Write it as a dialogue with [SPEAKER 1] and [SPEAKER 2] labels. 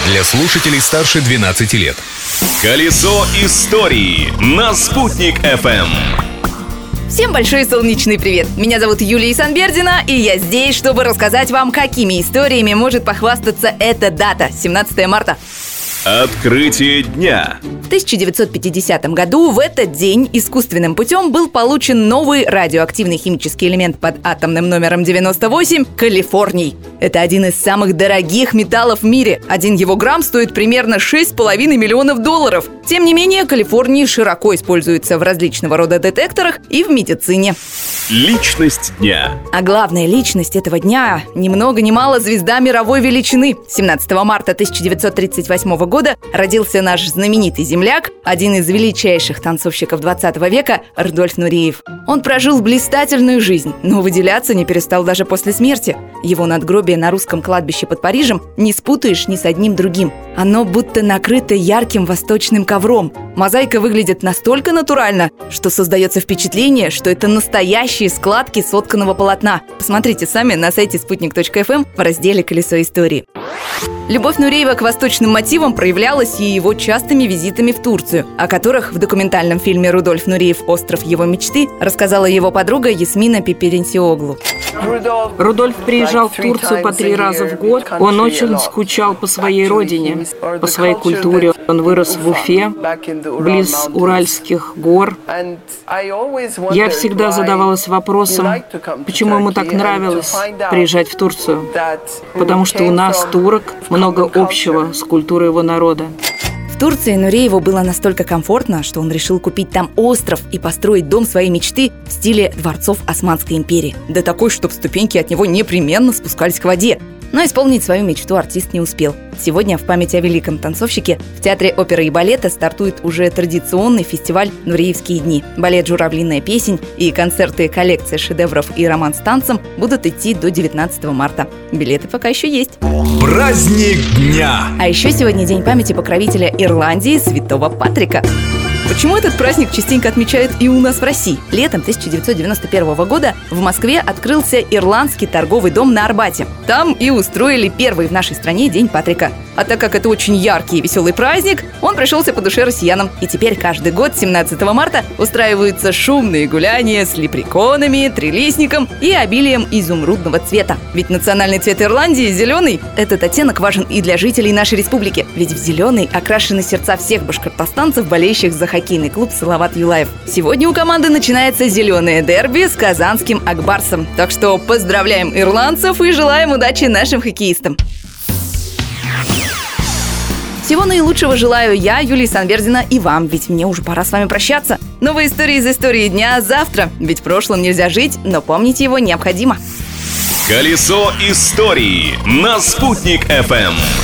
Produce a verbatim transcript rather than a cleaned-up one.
[SPEAKER 1] Для слушателей старше двенадцати лет. Колесо истории на Спутник эф эм.
[SPEAKER 2] Всем большой солнечный привет! Меня зовут Юлия Санбердина, и я здесь, чтобы рассказать вам, какими историями может похвастаться эта дата, семнадцатое марта.
[SPEAKER 1] Открытие дня.
[SPEAKER 2] В тысяча девятьсот пятидесятом году в этот день искусственным путем был получен новый радиоактивный химический элемент под атомным номером девяносто восемь – калифорний. Это один из самых дорогих металлов в мире. Один его грамм стоит примерно шесть с половиной миллионов долларов. Тем не менее, калифорний широко используется в различного рода детекторах и в медицине.
[SPEAKER 1] Личность дня.
[SPEAKER 2] А главная личность этого дня – ни много ни мало звезда мировой величины. семнадцатого марта тысяча девятьсот тридцать восьмого года родился наш знаменитый земляк, один из величайших танцовщиков двадцатого века – Рудольф Нуреев. Он прожил блистательную жизнь, но выделяться не перестал даже после смерти. Его надгробие на русском кладбище под Парижем не спутаешь ни с одним другим. Оно будто накрыто ярким восточным ковром. Мозаика выглядит настолько натурально, что создается впечатление, что это настоящие складки сотканного полотна. Посмотрите сами на сайте спутник точка эф эм в разделе «Колесо истории». Любовь Нуреева к восточным мотивам проявлялась и его частыми визитами в Турцию, о которых в документальном фильме «Рудольф Нуреев. Остров его мечты» рассказала его подруга Ясмина Пеперенсиоглу.
[SPEAKER 3] Рудольф приезжал в Турцию по три раза в год. Он очень скучал по своей родине, по своей культуре. Он вырос в Уфе, близ Уральских гор. Я всегда задавалась вопросом, почему ему так нравилось приезжать в Турцию. Потому что у нас, турок, много общего с культурой его народа.
[SPEAKER 2] В Турции Нурееву было настолько комфортно, что он решил купить там остров и построить дом своей мечты в стиле дворцов Османской империи. Да такой, чтобы ступеньки от него непременно спускались к воде. Но исполнить свою мечту артист не успел. Сегодня в память о великом танцовщике в Театре оперы и балета стартует уже традиционный фестиваль «Нуреевские дни». Балет «Журавлиная песнь» и концерты «Коллекция шедевров» и «Роман с танцем» будут идти до девятнадцатого марта. Билеты пока еще есть.
[SPEAKER 1] Праздник дня.
[SPEAKER 2] А еще сегодня день памяти покровителя Ирландии Святого Патрика. Почему этот праздник частенько отмечают и у нас в России? Летом тысяча девятьсот девяносто первого года в Москве открылся Ирландский торговый дом на Арбате. Там и устроили первый в нашей стране День Патрика. А так как это очень яркий и веселый праздник, он пришелся по душе россиянам. И теперь каждый год семнадцатого марта устраиваются шумные гуляния с лепреконами, трилистником и обилием изумрудного цвета. Ведь национальный цвет Ирландии – зеленый. Этот оттенок важен и для жителей нашей республики. Ведь в зеленый окрашены сердца всех башкортостанцев, болеющих за хоккейный клуб «Салават Юлаев». Сегодня у команды начинается зеленое дерби с казанским Акбарсом. Так что поздравляем ирландцев и желаем удачи нашим хоккеистам. Всего наилучшего желаю я, Юлия Санбердина, и вам, ведь мне уже пора с вами прощаться. Новые истории из истории дня завтра, ведь в прошлом нельзя жить, но помнить его необходимо.
[SPEAKER 1] Колесо истории на Спутник эф эм.